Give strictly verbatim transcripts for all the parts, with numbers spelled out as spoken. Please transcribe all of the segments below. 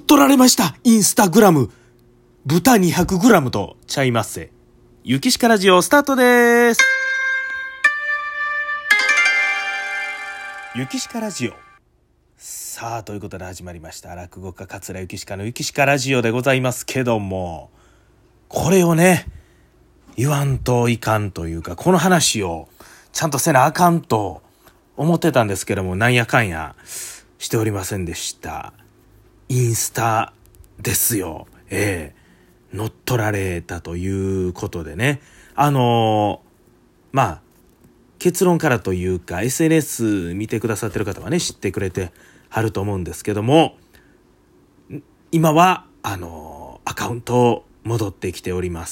取られました。インスタグラム。豚 にひゃくグラム とちゃいますせ。ゆきしかラジオスタートです。ゆきしかラジオ。さあ、ということで始まりました。落語家桂ゆきしかのゆきしかラジオでございますけども、これをね、言わんといかんというか、この話をちゃんとせなあかんと思ってたんですけども、なんやかんやしておりませんでした。インスタですよ。ええ乗っ取られたということでね。あのー、まあ、結論からというか、エスエヌエス 見てくださってる方はね、知ってくれてはると思うんですけども、今は、あのー、アカウント戻ってきております。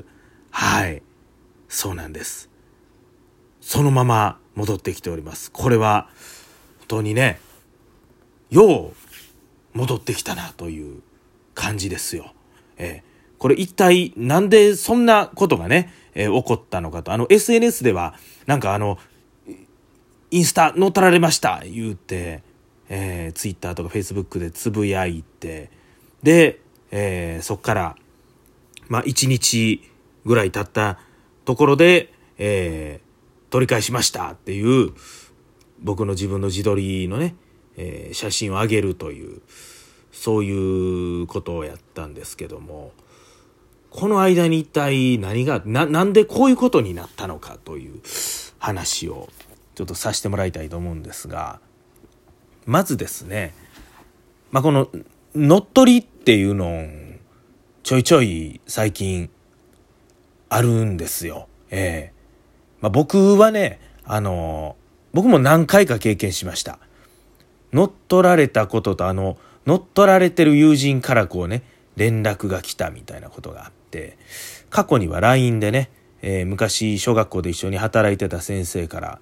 はい。そうなんです。そのまま戻ってきております。これは、本当にね、よう戻ってきたなという感じですよ。えーこれ一体なんでそんなことがね、えー、起こったのかと。あの エスエヌエス ではなんかあのインスタ乗っ取られました言うて、えー、Twitter とか Facebook でつぶやいて、で、えー、そっからまあいちにちぐらい経ったところで、えー、取り返しましたっていう僕の自分の自撮りのね、えー、写真を上げるというそういうことをやったんですけども、この間に一体何が な, なんでこういうことになったのかという話をちょっとさせてもらいたいと思うんですが、まずですね、まあ、この乗っ取りっていうのちょいちょい最近あるんですよ。ええまあ、僕はね、あの僕も何回か経験しました。乗っ取られたことと、あの乗っ取られてる友人からこうね連絡が来たみたいなことがあって、過去には ライン でね、えー、昔小学校で一緒に働いてた先生から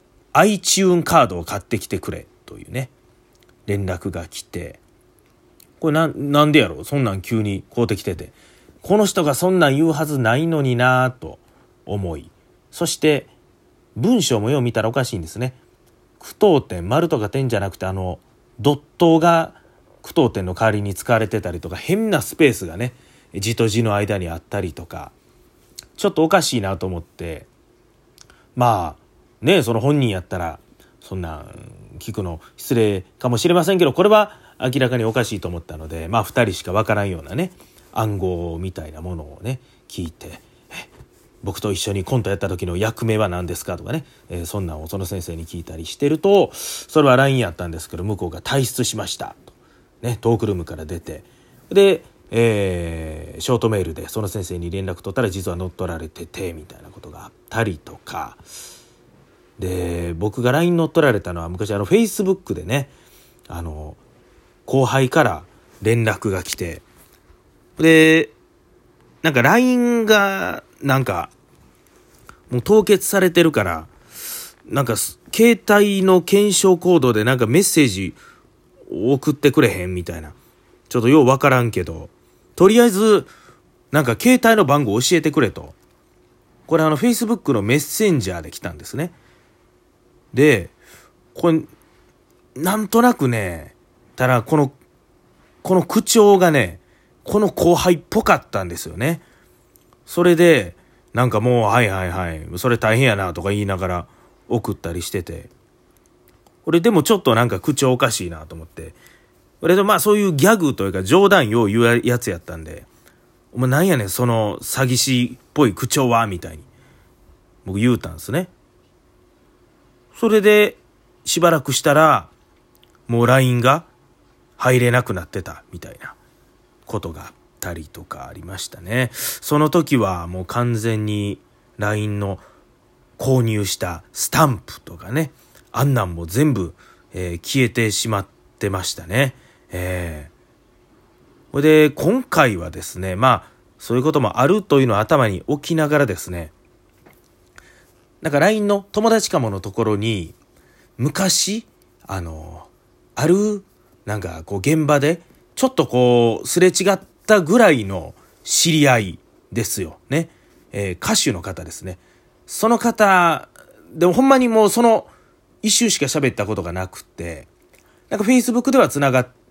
iTunes カードを買ってきてくれというね連絡が来て、これ な, なんでやろう、そんなん急に買うてきてて、この人がそんなん言うはずないのになと思い、そして文章もよう見たらおかしいんですね。句読点、丸とか点じゃなくて、あのドットが句読点の代わりに使われてたりとか、変なスペースがね字と字の間にあったりとか、ちょっとおかしいなと思って、まあね、その本人やったらそんな聞くの失礼かもしれませんけど、これは明らかにおかしいと思ったので、まあふたりしかわからんようなね暗号みたいなものをね聞いて、僕と一緒にコントやった時の役名は何ですかとかね、えー、そんなんをその先生に聞いたりしてると、それは ライン やったんですけど、向こうが退出しましたとね、トークルームから出て、で、えー、ショートメールでその先生に連絡取ったら実は乗っ取られててみたいなことがあったりとかで、僕が ライン 乗っ取られたのは昔あの Facebook でね、あの後輩から連絡が来て、でなんか ライン がなんかもう凍結されてるから、なんか携帯の検証コードでなんかメッセージ送ってくれへんみたいな、ちょっとようわからんけど、とりあえずなんか携帯の番号教えてくれと。これあの Facebook のメッセンジャーで来たんですね。でこれなんとなくね、ただこのこの口調がね、この後輩っぽかったんですよね。それでなんかもうはいはいはいそれ大変やなとか言いながら送ったりしてて、これでもちょっとなんか口調おかしいなと思って、これでまあそういうギャグというか冗談よう言うやつやったんで、お前なんやねんその詐欺師っぽい口調はみたいに僕言うたんですね。それでしばらくしたらもう ライン が入れなくなってたみたいなことがあったりとかありましたね。その時はもう完全に ライン の購入したスタンプとかね、あんなんも全部、えー、消えてしまってましたね。えー、それで今回はですね、まあそういうこともあるというのを頭に置きながらですね、なんか ライン の友達かものところに昔あのあるなんかこう現場でちょっとこうすれ違ったぐらいの知り合いですよね、えー、歌手の方ですね。その方でもほんまにもうその一周しか喋ったことがなくて、なんか Facebook ではつながっ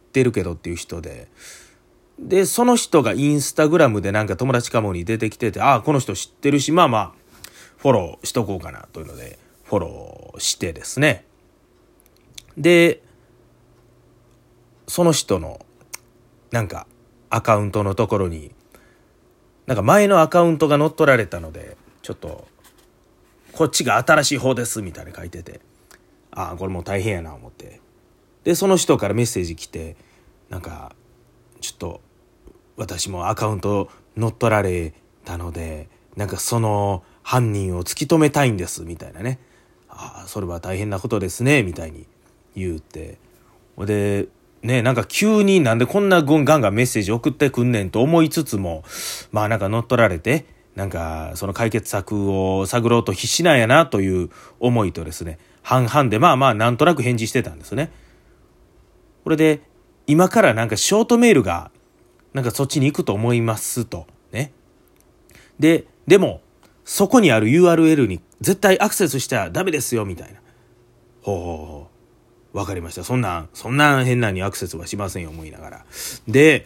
ってるけどっていう人で、でその人がインスタグラムでなんか友達かもに出てきてて、ああこの人知ってるし、まあまあフォローしとこうかなというのでフォローしてですね、でその人のなんかアカウントのところになんか前のアカウントが乗っ取られたので、ちょっとこっちが新しい方ですみたいな書いてて、ああこれもう大変やな思って、でその人からメッセージ来て、なんかちょっと私もアカウント乗っ取られたので、なんかその犯人を突き止めたいんですみたいなね、ああそれは大変なことですねみたいに言うて、でね、なんか急になんでこんなガンガンメッセージ送ってくんねんと思いつつも、まあなんか乗っ取られて、なんかその解決策を探ろうと必死なんやなという思いとですね、半々でまあまあなんとなく返事してたんですね。これで今からなんかショートメールがなんかそっちに行くと思いますとね。で、でもそこにある ユーアールエル に絶対アクセスしたらダメですよみたいな。ほうほうほう。わかりました。そんな、そんな変なにアクセスはしませんよ、思いながら。で、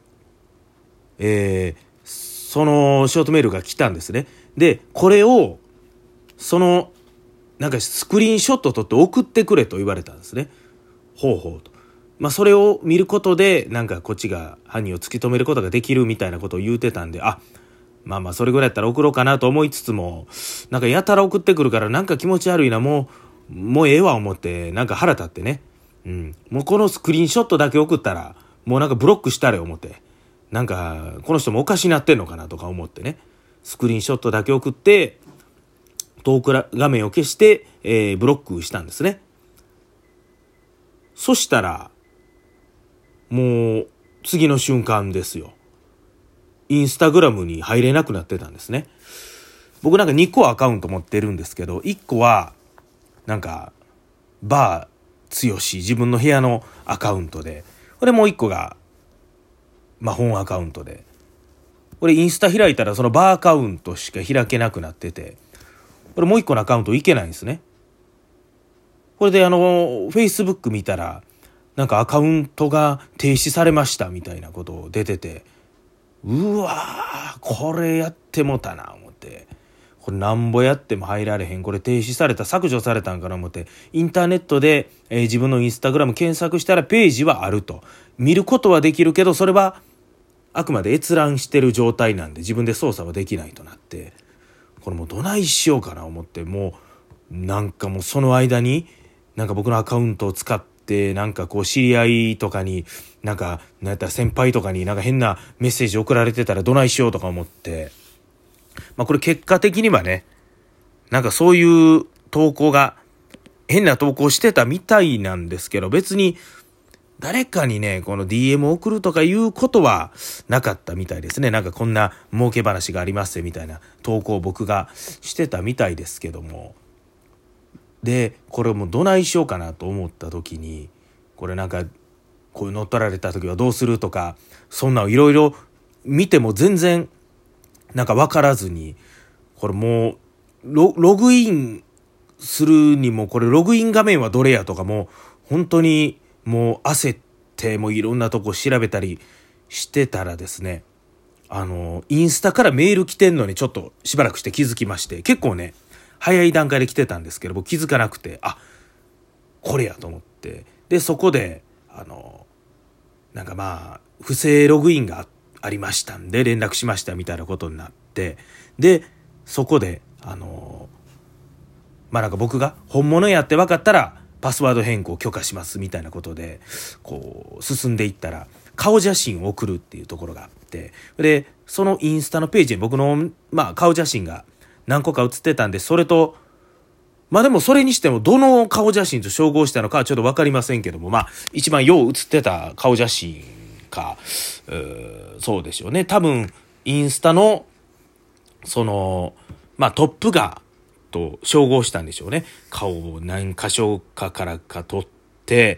えー、そのショートメールが来たんですね。で、これを、その、なんかスクリーンショット撮って送ってくれと言われたんですね。ほうほうと。まあ、それを見ることで、なんかこっちが犯人を突き止めることができるみたいなことを言うてたんで、あ、まあまあ、それぐらいやったら送ろうかなと思いつつも、なんかやたら送ってくるから、なんか気持ち悪いな、もう、もうええわ思って、なんか腹立ってね。うん。もうこのスクリーンショットだけ送ったら、もうなんかブロックしたれ思って。なんか、この人もおかしになってんのかなとか思ってね。スクリーンショットだけ送って、トーク画面を消して、えー、ブロックしたんですね。そしたら、もう次の瞬間ですよ。インスタグラムに入れなくなってたんですね。僕なんかにこアカウント持ってるんですけど、いっこは、なんかバーつよし自分の部屋のアカウントで、これもう一個がまあ本アカウントで、これインスタ開いたらそのバーアカウントしか開けなくなってて、これもう一個のアカウントいけないんですね。これであの Facebook 見たらなんかアカウントが停止されましたみたいなこと出てて、うわーこれやってもたな思って、これなんぼやっても入られへん、これ停止された、削除されたんかな思って、インターネットで、えー、自分のインスタグラム検索したらページはあると、見ることはできるけど、それはあくまで閲覧してる状態なんで自分で操作はできないとなって、これもうどないしようかな思って、もうなんかもうその間になんか僕のアカウントを使ってなんかこう知り合いとかになんかなんやったら先輩とかになんか変なメッセージ送られてたらどないしようとか思って、まあこれ結果的にはね、なんかそういう投稿が変な投稿してたみたいなんですけど、別に誰かにねこの ディーエム を送るとかいうことはなかったみたいですね。なんかこんな儲け話がありますみたいな投稿を僕がしてたみたいですけども、でこれもうどないしようかなと思った時に、これなんかこういう乗っ取られた時はどうするとか、そんなのいろいろ見ても全然なんか分からずに、これもう ロ, ログインするにもこれログイン画面はどれやとか、もう本当にもう焦って、もういろんなとこ調べたりしてたらですね、あのインスタからメール来てんのにちょっとしばらくして気づきまして、結構ね早い段階で来てたんですけど、僕気づかなくて、あこれやと思って、でそこであのなんかまあ不正ログインがありましたんで連絡しましたみたいなことになって、でそこであのまあなんか僕が本物やって分かったらパスワード変更許可しますみたいなことでこう進んでいったら、顔写真を送るっていうところがあって、でそのインスタのページに僕のまあ顔写真が何個か写ってたんで、それとまあでもそれにしてもどの顔写真と照合したのかはちょっと分かりませんけども、まあ一番よう写ってた顔写真か、うーそうでしょうね。多分インスタのそのまあトップ画と照合したんでしょうね。顔を何箇所かからか撮って、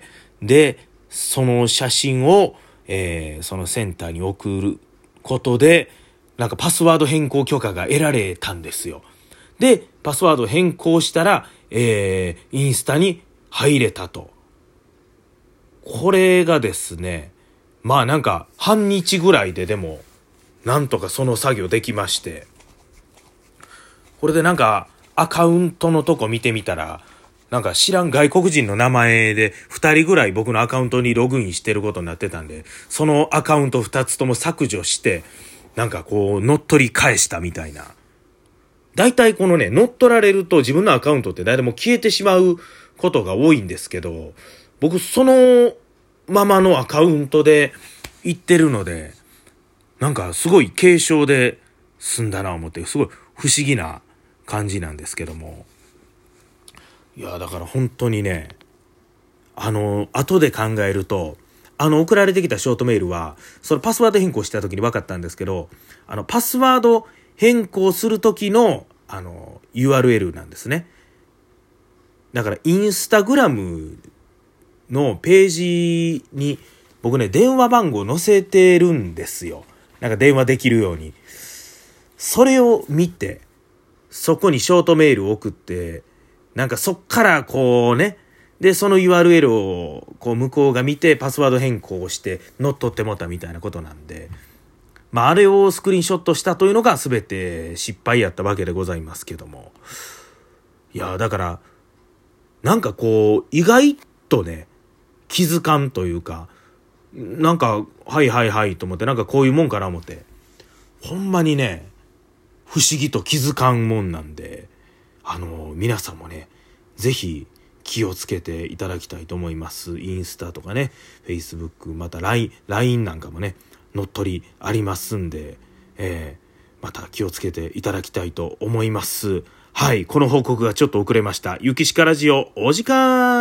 でその写真を、えー、そのセンターに送ることでなんかパスワード変更許可が得られたんですよ。でパスワード変更したら、えー、インスタに入れたと。 これがですね、まあなんか半日ぐらいででもなんとかその作業できまして、これでなんかアカウントのとこ見てみたら、なんか知らん外国人の名前でふたりぐらい僕のアカウントにログインしてることになってたんで、そのアカウントふたつとも削除して、なんかこう乗っ取り返したみたいな。大体このね、乗っ取られると自分のアカウントって大体もう消えてしまうことが多いんですけど、僕そのままのアカウントで行ってるので、なんかすごい軽症で済んだな思って、すごい不思議な感じなんですけども。いやだから本当にね、あの後で考えると、あの送られてきたショートメールはそのパスワード変更した時に分かったんですけど、あのパスワード変更する時のあの ユーアールエル なんですね。だからインスタグラムのページに僕ね電話番号載せてるんですよ。なんか電話できるように。それを見てそこにショートメールを送って、なんかそっからこうね、でその ユーアールエル をこう向こうが見てパスワード変更をして乗っ取ってもったみたいなことなんで、まああれをスクリーンショットしたというのが全て失敗やったわけでございますけども、いやだからなんかこう意外とね気づかんというか、なんかはいはいはいと思って、なんかこういうもんかな思って、ほんまにね不思議と気づかんもんなんで、あの皆さんもねぜひ気をつけていただきたいと思います。インスタとかね、フェイスブック、また ライン、ライン なんかもね乗っ取りありますんで、えー、また気をつけていただきたいと思います。はい、この報告がちょっと遅れました。ゆきしかラジオお時間。